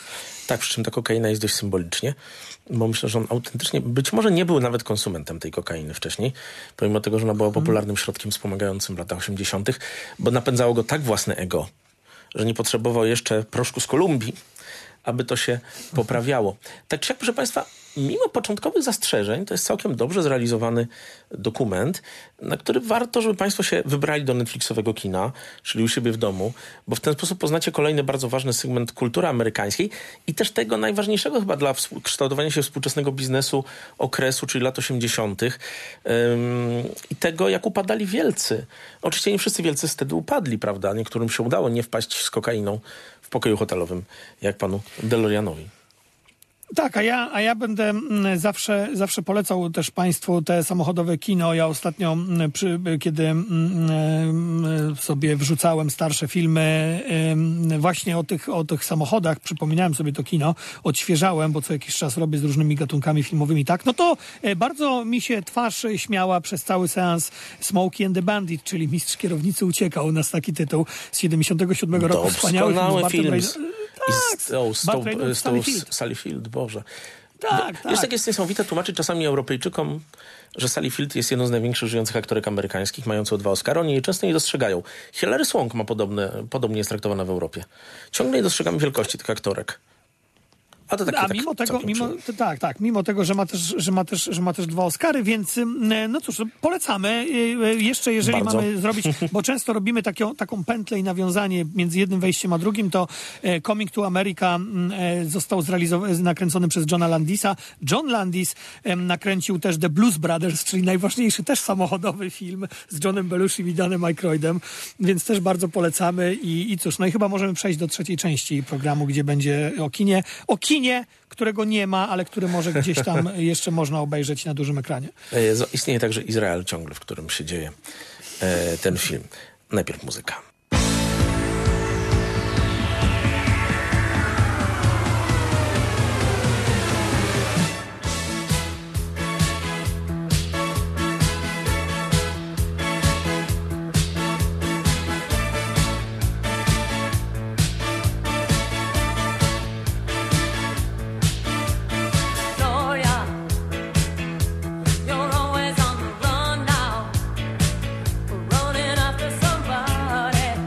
Tak, przy czym ta kokaina jest dość symbolicznie, bo myślę, że on autentycznie, być może nie był nawet konsumentem tej kokainy wcześniej, pomimo tego, że ona była popularnym środkiem wspomagającym w latach 80., bo napędzało go tak własne ego, że nie potrzebował jeszcze proszku z Kolumbii, aby to się poprawiało. Tak czy jak, proszę Państwa, mimo początkowych zastrzeżeń, to jest całkiem dobrze zrealizowany dokument, na który warto, żeby Państwo się wybrali do Netflixowego kina, czyli u siebie w domu, bo w ten sposób poznacie kolejny bardzo ważny segment kultury amerykańskiej i też tego najważniejszego chyba dla kształtowania się współczesnego biznesu okresu, czyli lat 80. I tego, jak upadali wielcy. Oczywiście nie wszyscy wielcy wtedy upadli, prawda? Niektórym się udało nie wpaść z kokainą w pokoju hotelowym, jak panu DeLoreanowi. Tak, a ja będę zawsze polecał też Państwu te samochodowe kino. Ja ostatnio, kiedy sobie wrzucałem starsze filmy właśnie o tych samochodach, przypominałem sobie to kino, odświeżałem, bo co jakiś czas robię z różnymi gatunkami filmowymi, tak, no to bardzo mi się twarz śmiała przez cały seans Smokey and the Bandit, czyli Mistrz Kierownicy Uciekał, u nas taki tytuł z 77 roku. Wspaniały film. Tak, z tą Sally Field, Boże. Tak. Jest niesamowite tłumaczyć czasami Europejczykom, że Sally Field jest jedną z największych żyjących aktorek amerykańskich, mającą 2 Oscary. Oni jej często nie dostrzegają. Hilary Swank ma podobnie jest traktowana w Europie. Ciągle nie dostrzegamy wielkości tych aktorek. Mimo tego, że ma też 2 Oscary, więc no cóż, polecamy. Jeszcze jeżeli bardzo mamy zrobić, bo często robimy taką pętlę i nawiązanie między jednym wejściem a drugim, to Coming to America został nakręcony przez Johna Landisa. John Landis nakręcił też The Blues Brothers, czyli najważniejszy też samochodowy film z Johnem Belushim i Danem Aykroydem, więc też bardzo polecamy i cóż, no i chyba możemy przejść do trzeciej części programu, gdzie będzie o kinie, którego nie ma, ale który może gdzieś tam jeszcze można obejrzeć na dużym ekranie. Istnieje także Izrael ciągle, w którym się dzieje ten film. Najpierw muzyka. You're always on the run now, running after somebody.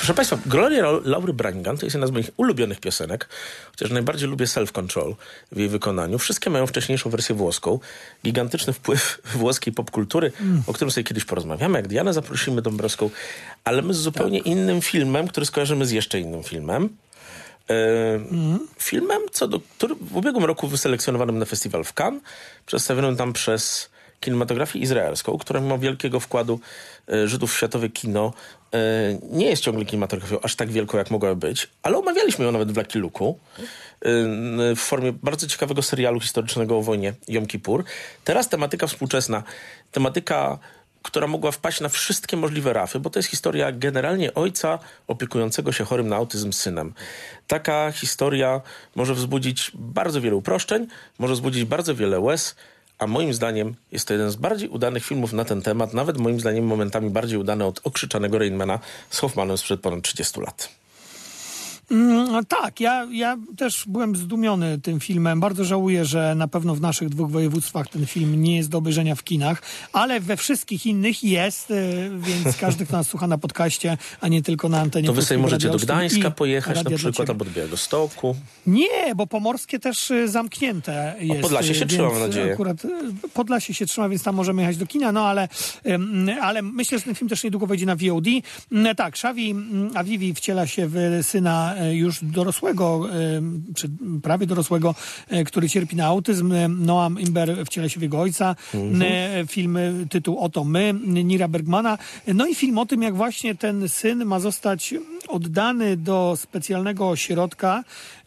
Proszę Państwa, Gloria Laury Branigan to jest jedna z moich ulubionych piosenek, chociaż najbardziej lubię Self Control w jej wykonaniu. Wszystkie mają wcześniejszą wersję włoską. Gigantyczny wpływ włoskiej popkultury, o którym sobie kiedyś porozmawiamy, jak Dianę zaprosimy Dąbrowską, ale my z zupełnie innym filmem, który skojarzymy z jeszcze innym filmem. Filmem, który w ubiegłym roku wyselekcjonowanym na festiwal w Cannes, przedstawionym tam przez kinematografię izraelską, która mimo wielkiego wkładu Żydów w światowe kino nie jest ciągle kinematografią aż tak wielką, jak mogłaby być, ale omawialiśmy ją nawet w Lucky Luke'u w formie bardzo ciekawego serialu historycznego o wojnie Jom Kippur. Teraz tematyka współczesna, tematyka, która mogła wpaść na wszystkie możliwe rafy, bo to jest historia generalnie ojca opiekującego się chorym na autyzm synem. Taka historia może wzbudzić bardzo wiele uproszczeń, może wzbudzić bardzo wiele łez, a moim zdaniem jest to jeden z bardziej udanych filmów na ten temat, nawet moim zdaniem momentami bardziej udany od okrzyczanego Rainmana z Hoffmanem sprzed ponad 30 lat. Tak, ja też byłem zdumiony tym filmem. Bardzo żałuję, że na pewno w naszych 2 województwach ten film nie jest do obejrzenia w kinach, ale we wszystkich innych jest, więc każdy, kto nas słucha na podcaście, a nie tylko na antenie. To wy sobie możecie do Gdańska pojechać na przykład, albo do Białegostoku. Nie, bo pomorskie też zamknięte jest. Podlasie się trzyma, mam nadzieję. Akurat Podlasie się trzyma, więc tam możemy jechać do kina, no ale myślę, że ten film też niedługo wejdzie na VOD. Tak, Xavi Avivi wciela się w syna już dorosłego, czy prawie dorosłego, który cierpi na autyzm. Noam Imber wciela się w jego ojca. Film, tytuł Oto my, Nira Bergmana. No i film o tym, jak właśnie ten syn ma zostać oddany do specjalnego ośrodka,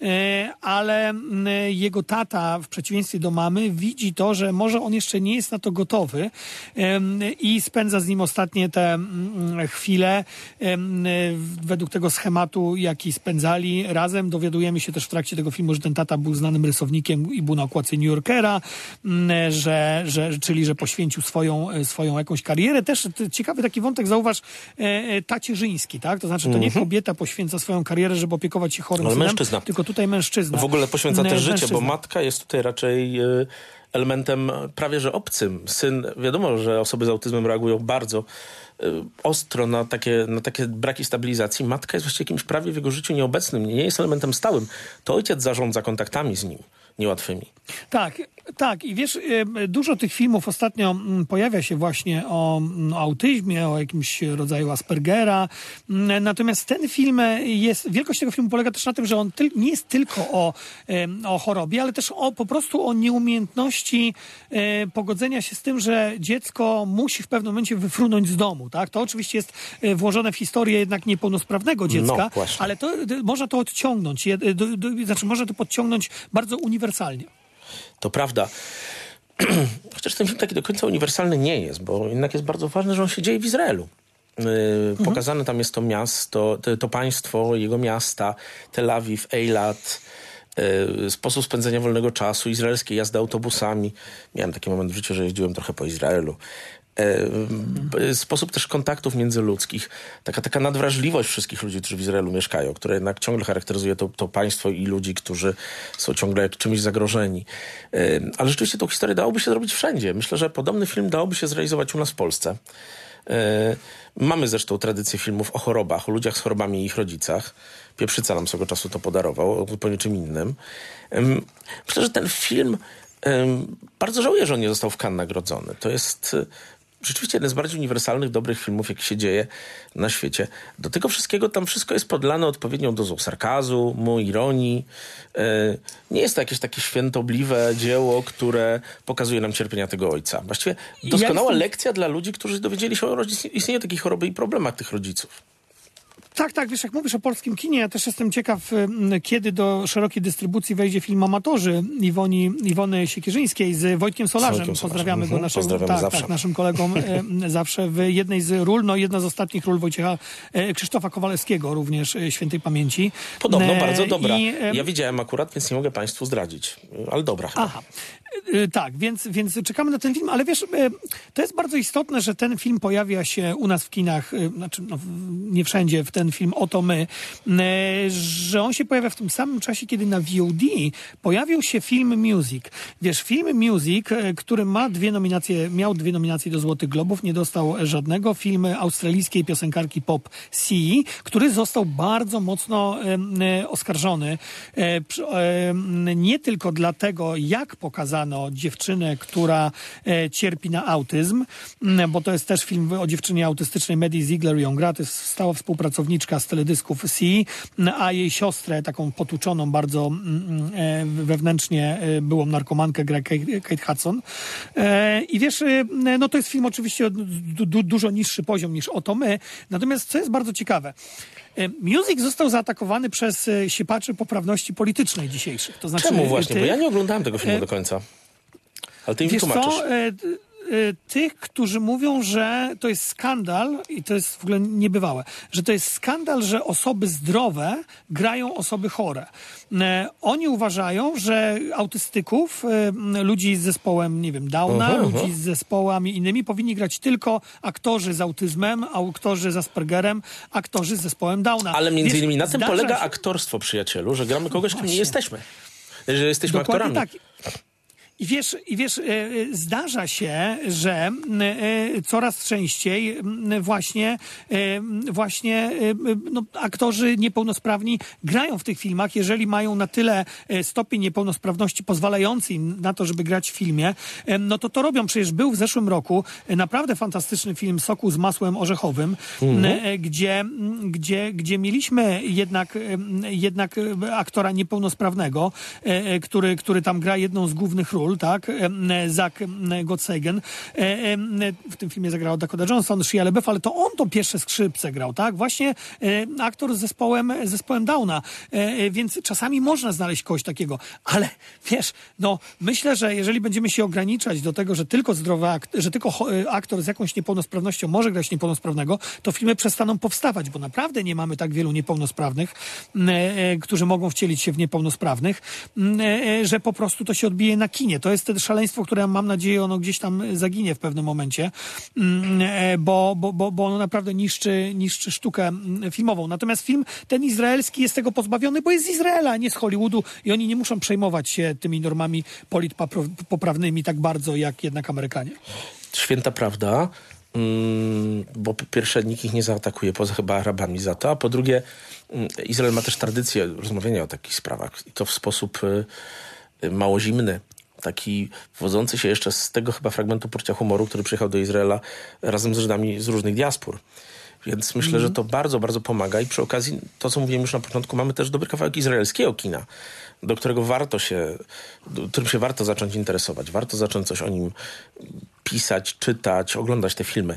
ale jego tata, w przeciwieństwie do mamy, widzi to, że może on jeszcze nie jest na to gotowy i spędza z nim ostatnie te chwile według tego schematu, jaki spędzali razem. Dowiadujemy się też w trakcie tego filmu, że ten tata był znanym rysownikiem i był na okładce New Yorkera, czyli że poświęcił swoją jakąś karierę. Też ciekawy taki wątek, zauważ, tacierzyński, tak? To znaczy, to nie kobieta poświęca swoją karierę, żeby opiekować się chorym synem, mężczyzna. tylko tutaj mężczyzna. W ogóle poświęca też życie, mężczyzna. bo matka jest tutaj raczej elementem prawie że obcym. Syn, wiadomo, że osoby z autyzmem reagują bardzo ostro na takie braki stabilizacji. Matka jest właściwie jakimś prawie w jego życiu nieobecnym, nie jest elementem stałym. To ojciec zarządza kontaktami z nim, niełatwymi. Tak. I wiesz, dużo tych filmów ostatnio pojawia się właśnie o autyzmie, o jakimś rodzaju Aspergera. Natomiast ten film wielkość tego filmu polega też na tym, że on nie jest tylko o chorobie, ale też po prostu o nieumiejętności pogodzenia się z tym, że dziecko musi w pewnym momencie wyfrunąć z domu. Tak? To oczywiście jest włożone w historię jednak niepełnosprawnego dziecka, ale można to odciągnąć. Można to podciągnąć bardzo uniwersalnie. To prawda. Chociaż ten film taki do końca uniwersalny nie jest, bo jednak jest bardzo ważne, że on się dzieje w Izraelu. Pokazane tam jest to miasto, to państwo, jego miasta, Tel Awiw, Eilat, sposób spędzenia wolnego czasu, izraelskie jazdy autobusami. Miałem taki moment w życiu, że jeździłem trochę po Izraelu. Sposób też kontaktów międzyludzkich, taka nadwrażliwość wszystkich ludzi, którzy w Izraelu mieszkają, która jednak ciągle charakteryzuje to państwo i ludzi, którzy są ciągle czymś zagrożeni. Ale rzeczywiście tą historię dałoby się zrobić wszędzie. Myślę, że podobny film dałoby się zrealizować u nas w Polsce. Mamy zresztą tradycję filmów o chorobach, o ludziach z chorobami i ich rodzicach. Pieprzyca nam swego czasu to podarował, zupełnie czym innym. Myślę, że ten film bardzo żałuję, że on nie został w Cannes nagrodzony. To jest rzeczywiście jeden z bardziej uniwersalnych, dobrych filmów, jaki się dzieje na świecie. Do tego wszystkiego tam wszystko jest podlane odpowiednią dozą sarkazmu, ironii. Nie jest to jakieś takie świętobliwe dzieło, które pokazuje nam cierpienia tego ojca. Właściwie doskonała lekcja dla ludzi, którzy dowiedzieli się o istnieniu takiej choroby i problemach tych rodziców. Tak, wiesz, jak mówisz o polskim kinie, ja też jestem ciekaw, kiedy do szerokiej dystrybucji wejdzie film Amatorzy Iwony Siekierzyńskiej z Wojtkiem Solarzem. Pozdrawiamy go, naszym kolegom zawsze w jednej z ról, jedna z ostatnich ról Wojciecha Krzysztofa Kowalewskiego, również świętej pamięci. Podobno bardzo dobra. Ja widziałem akurat, więc nie mogę państwu zdradzić, ale dobra chyba. Aha. Tak, więc czekamy na ten film, ale wiesz, to jest bardzo istotne, że ten film pojawia się u nas w kinach, znaczy nie wszędzie, w ten film Oto my, że on się pojawia w tym samym czasie, kiedy na VOD pojawił się film Music. Wiesz, film Music, który miał dwie nominacje do Złotych Globów, nie dostał żadnego. Film australijskiej piosenkarki pop Sia, który został bardzo mocno oskarżony. Nie tylko dlatego, jak pokazano dziewczynę, która cierpi na autyzm, bo to jest też film o dziewczynie autystycznej Maddie Ziegler ją gra, to jest stała współpracowniczka z teledysków Sia, a jej siostrę, taką potłuczoną bardzo wewnętrznie byłą narkomankę, gra Kate Hudson. I wiesz, no to jest film oczywiście o dużo niższy poziom niż Oto my, natomiast co jest bardzo ciekawe, Music został zaatakowany przez siepaczy poprawności politycznej dzisiejszych. To znaczy, czemu właśnie? Bo ja nie oglądałem tego filmu do końca. Ale ty mi tłumaczysz. Tych, którzy mówią, że to jest skandal, i to jest w ogóle niebywałe, że to jest skandal, że osoby zdrowe grają osoby chore. Oni uważają, że autystyków, ludzi z zespołem, nie wiem, Downa, ludzi z zespołami innymi powinni grać tylko aktorzy z autyzmem, aktorzy z Aspergerem, aktorzy z zespołem Downa. Ale między innymi na tym polega się aktorstwo, przyjacielu, że gramy kogoś, kim nie jesteśmy. Że jesteśmy dokładnie aktorami. Tak. I wiesz, zdarza się, że coraz częściej właśnie aktorzy niepełnosprawni grają w tych filmach, jeżeli mają na tyle stopień niepełnosprawności pozwalający im na to, żeby grać w filmie, no to robią. Przecież był w zeszłym roku naprawdę fantastyczny film Sokół z masłem orzechowym, gdzie mieliśmy jednak aktora niepełnosprawnego, który tam gra jedną z głównych ról, tak, Zach Gottsagen. W tym filmie zagrał Dakota Johnson, Shia LaBeouf, ale to on to pierwsze skrzypce grał, tak? Właśnie aktor z zespołem Downa. Więc czasami można znaleźć kogoś takiego. Ale wiesz, no myślę, że jeżeli będziemy się ograniczać do tego, że tylko aktor z jakąś niepełnosprawnością może grać niepełnosprawnego, to filmy przestaną powstawać, bo naprawdę nie mamy tak wielu niepełnosprawnych, którzy mogą wcielić się w niepełnosprawnych, że po prostu to się odbije na kinie. To jest wtedy szaleństwo, które mam nadzieję ono gdzieś tam zaginie w pewnym momencie, bo ono naprawdę niszczy sztukę filmową. Natomiast film ten izraelski jest tego pozbawiony, bo jest z Izraela, a nie z Hollywoodu i oni nie muszą przejmować się tymi normami politpoprawnymi tak bardzo, jak jednak Amerykanie. Święta prawda, bo po pierwsze nikt ich nie zaatakuje, poza chyba Arabami za to, a po drugie Izrael ma też tradycję rozmawiania o takich sprawach i to w sposób mało zimny. Taki wodzący się jeszcze z tego chyba fragmentu Poczucia humoru, który przyjechał do Izraela razem z Żydami z różnych diaspor. Więc myślę, że to bardzo, bardzo pomaga i przy okazji, to co mówiłem już na początku, mamy też dobry kawałek izraelskiego kina, do którym się warto zacząć interesować. Warto zacząć coś o nim pisać, czytać, oglądać te filmy.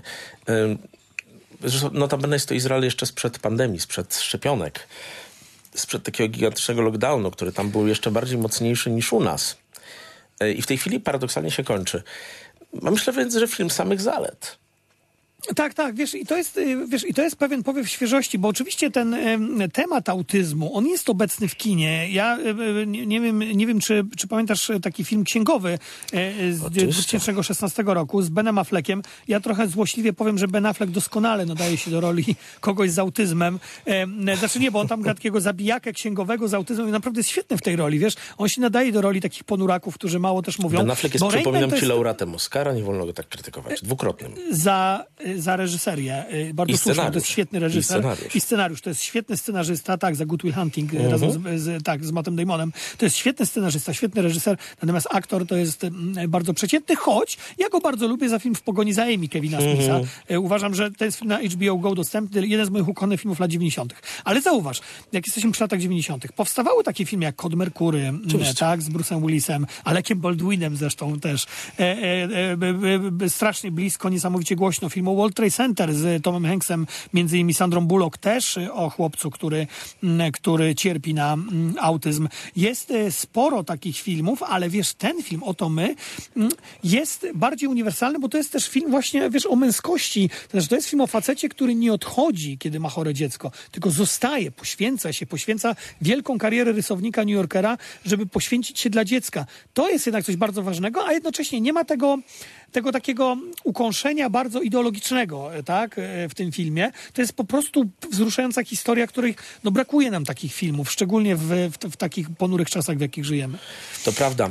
Zresztą notabene jest to Izrael jeszcze sprzed pandemii, sprzed szczepionek, sprzed takiego gigantycznego lockdownu, który tam był jeszcze bardziej mocniejszy niż u nas. I w tej chwili paradoksalnie się kończy. Myślę więc, że film samych zalet. Tak, wiesz, i to jest pewien powiew świeżości, bo oczywiście ten temat autyzmu, on jest obecny w kinie. Ja nie wiem, czy pamiętasz taki film księgowy z 2016 roku z Benem Affleckiem. Ja trochę złośliwie powiem, że Ben Affleck doskonale nadaje się do roli kogoś z autyzmem. Znaczy nie, bo on tam gra takiego zabijakę księgowego z autyzmem i naprawdę jest świetny w tej roli, wiesz. On się nadaje do roli takich ponuraków, którzy mało też mówią. Ben Affleck jest, przypominam ci, laureatem Oscara, nie wolno go tak krytykować. Dwukrotnym. Za reżyserię. Bardzo słusznie, to jest świetny reżyser. I scenariusz. To jest świetny scenarzysta, tak, za Good Will Hunting razem z Mattem Damonem. To jest świetny scenarzysta, świetny reżyser, natomiast aktor to jest bardzo przeciętny, choć ja go bardzo lubię za film W pogoni za Amy Kevina Smitha. Uważam, że to jest film na HBO Go dostępny, jeden z moich ukochanych filmów lat 90. Ale zauważ, jak jesteśmy przy latach 90. powstawały takie filmy jak Kod Merkury, tak, z Bruce'em Willisem, Alekiem Baldwinem zresztą też. Strasznie blisko, niesamowicie głośno film o World Trade Center z Tomem Hanksem, między innymi Sandrą Bullock, też o chłopcu, który cierpi na autyzm. Jest sporo takich filmów, ale wiesz, ten film Oto my jest bardziej uniwersalny, bo to jest też film właśnie, wiesz, o męskości. To znaczy, to jest film o facecie, który nie odchodzi, kiedy ma chore dziecko, tylko zostaje, poświęca wielką karierę rysownika New Yorkera, żeby poświęcić się dla dziecka. To jest jednak coś bardzo ważnego, a jednocześnie nie ma tego takiego ukąszenia bardzo ideologicznego, tak, w tym filmie. To jest po prostu wzruszająca historia, której brakuje nam takich filmów, szczególnie w takich ponurych czasach, w jakich żyjemy. To prawda.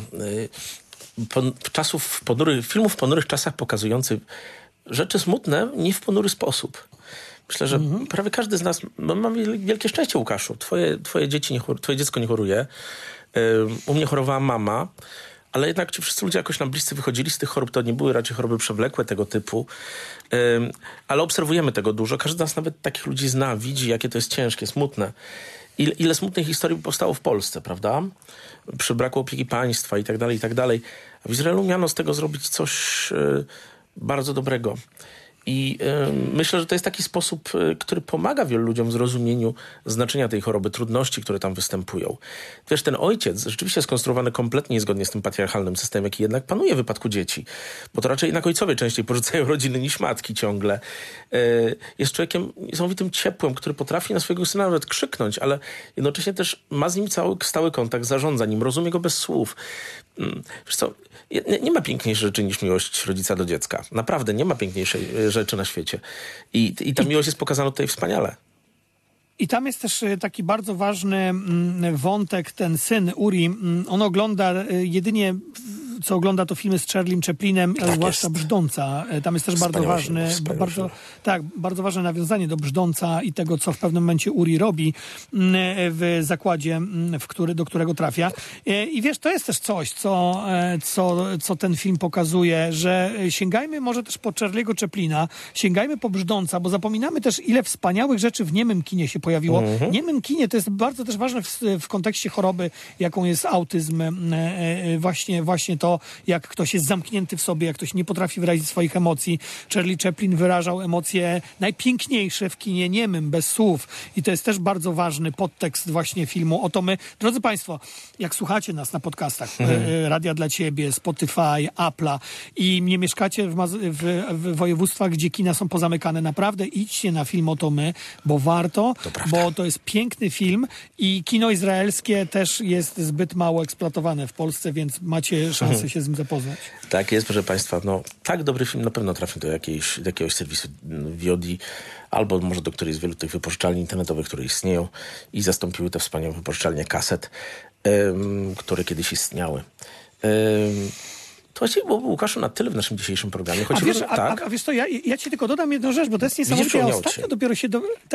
Filmów w ponurych czasach pokazujących rzeczy smutne nie w ponury sposób. Myślę, że prawie każdy z nas ma wielkie szczęście, Łukaszu. Twoje dziecko nie choruje. U mnie chorowała mama, ale jednak ci wszyscy ludzie jakoś nam bliscy wychodzili z tych chorób. To nie były raczej choroby przewlekłe tego typu. Ale obserwujemy tego dużo. Każdy z nas nawet takich ludzi zna, widzi, jakie to jest ciężkie, smutne. Ile smutnych historii powstało w Polsce, prawda? Przy braku opieki państwa i tak dalej, i tak dalej. A w Izraelu miano z tego zrobić coś bardzo dobrego. I myślę, że to jest taki sposób, który pomaga wielu ludziom w zrozumieniu znaczenia tej choroby, trudności, które tam występują. Wiesz, ten ojciec rzeczywiście skonstruowany kompletnie niezgodnie z tym patriarchalnym systemem, jaki jednak panuje w wypadku dzieci. Bo to raczej jednak ojcowie częściej porzucają rodziny niż matki ciągle. Jest człowiekiem niesamowitym ciepłem, który potrafi na swojego syna nawet krzyknąć, ale jednocześnie też ma z nim stały kontakt, zarządza nim, rozumie go bez słów. Wiesz co, nie ma piękniejszej rzeczy niż miłość rodzica do dziecka. Naprawdę nie ma piękniejszej rzeczy na świecie. I ta miłość jest pokazana tutaj wspaniale. I tam jest też taki bardzo ważny wątek, ten syn Uri, on ogląda jedynie, co ogląda, to filmy z Charliem Chaplinem, Tak zwłaszcza jest. Brzdąca. Tam jest też bardzo ważne nawiązanie do Brzdąca i tego, co w pewnym momencie Uri robi w zakładzie, do którego trafia. I wiesz, to jest też coś, co ten film pokazuje, że sięgajmy może też po Charlie'ego Chaplina, sięgajmy po Brzdąca, bo zapominamy też, ile wspaniałych rzeczy w niemym kinie się pojawiło. Niemym kinie to jest bardzo też ważne w kontekście choroby, jaką jest autyzm. Właśnie to, jak ktoś jest zamknięty w sobie, jak ktoś nie potrafi wyrazić swoich emocji. Charlie Chaplin wyrażał emocje najpiękniejsze w kinie niemym, bez słów. I to jest też bardzo ważny podtekst właśnie filmu Oto my. Drodzy Państwo, jak słuchacie nas na podcastach, Radia dla Ciebie, Spotify, Apple'a i nie mieszkacie w województwach, gdzie kina są pozamykane, naprawdę idźcie na film Oto my, bo warto, bo to jest piękny film i kino izraelskie też jest zbyt mało eksploatowane w Polsce, więc macie szansę się z nim zapoznać. Tak jest, proszę Państwa. Tak dobry film na pewno trafi do jakiegoś serwisu VOD, albo może do którejś z wielu tych wypożyczalni internetowych, które istnieją i zastąpiły te wspaniałe wypożyczalnie kaset, które kiedyś istniały. To właściwie byłoby, Łukaszu, na tyle w naszym dzisiejszym programie. A wiesz co, ja ci tylko dodam jedną rzecz, bo to jest niesamowite. Ja ostatnio dopiero się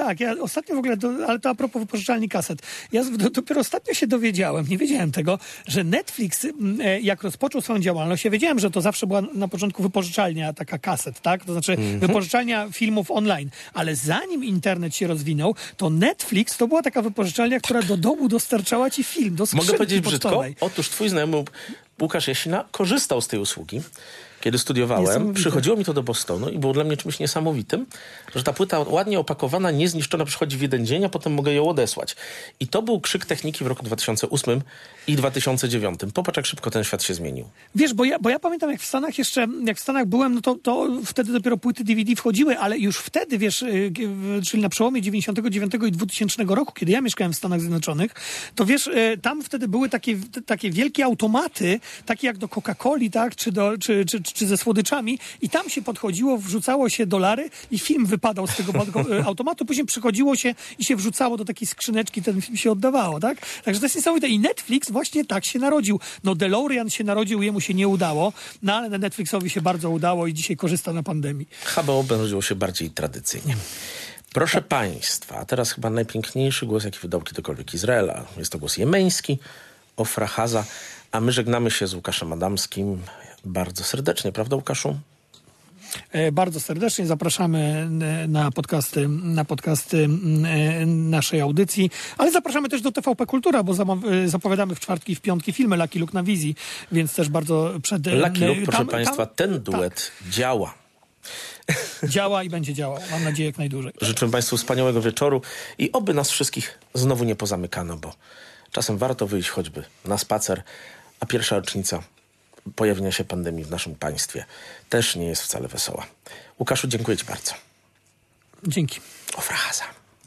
ale to a propos wypożyczalni kaset. Ja dopiero ostatnio się dowiedziałem, nie wiedziałem tego, że Netflix, jak rozpoczął swoją działalność, ja wiedziałem, że to zawsze była na początku wypożyczalnia taka kaset, tak? To znaczy wypożyczalnia filmów online. Ale zanim internet się rozwinął, to Netflix to była taka wypożyczalnia, która do domu dostarczała ci film, do skrzynki Mogę powiedzieć pocztowej. brzydko? Otóż twój znajomy Łukasz Jasina korzystał z tej usługi. Kiedy studiowałem, przychodziło mi to do Bostonu i było dla mnie czymś niesamowitym, że ta płyta ładnie opakowana, niezniszczona przychodzi w jeden dzień, a potem mogę ją odesłać. I to był krzyk techniki w roku 2008 i 2009. Popatrz, jak szybko ten świat się zmienił. Wiesz, bo ja pamiętam, jak w Stanach byłem, no to wtedy dopiero płyty DVD wchodziły, ale już wtedy, wiesz, czyli na przełomie 99 i 2000 roku, kiedy ja mieszkałem w Stanach Zjednoczonych, to wiesz, tam wtedy były takie wielkie automaty, takie jak do Coca-Coli, tak, czy ze słodyczami i tam się podchodziło, wrzucało się dolary i film wypadał z tego automatu, później przychodziło się i się wrzucało do takiej skrzyneczki, ten film się oddawało, tak? Także to jest niesamowite. I Netflix właśnie tak się narodził. DeLorean się narodził, jemu się nie udało, ale Netflixowi się bardzo udało i dzisiaj korzysta na pandemii. HBO narodziło się bardziej tradycyjnie. Proszę Państwa, a teraz chyba najpiękniejszy głos, jaki wydał kiedykolwiek Izraela. Jest to głos jemeński, Ofra Haza, a my żegnamy się z Łukaszem Adamskim bardzo serdecznie, prawda, Łukaszu? Bardzo serdecznie zapraszamy na podcasty naszej audycji, ale zapraszamy też do TVP Kultura, bo zapowiadamy w czwartki i w piątki filmy Lucky Luke na wizji, więc też bardzo Lucky Luke, proszę Państwa, ten duet działa. Działa i będzie działał. Mam nadzieję jak najdłużej. Życzę Państwu wspaniałego wieczoru i oby nas wszystkich znowu nie pozamykano, bo czasem warto wyjść choćby na spacer, a pierwsza rocznica pojawienia się pandemii w naszym państwie też nie jest wcale wesoła. Łukaszu, dziękuję Ci bardzo. Dzięki. Auf Wiedersehen.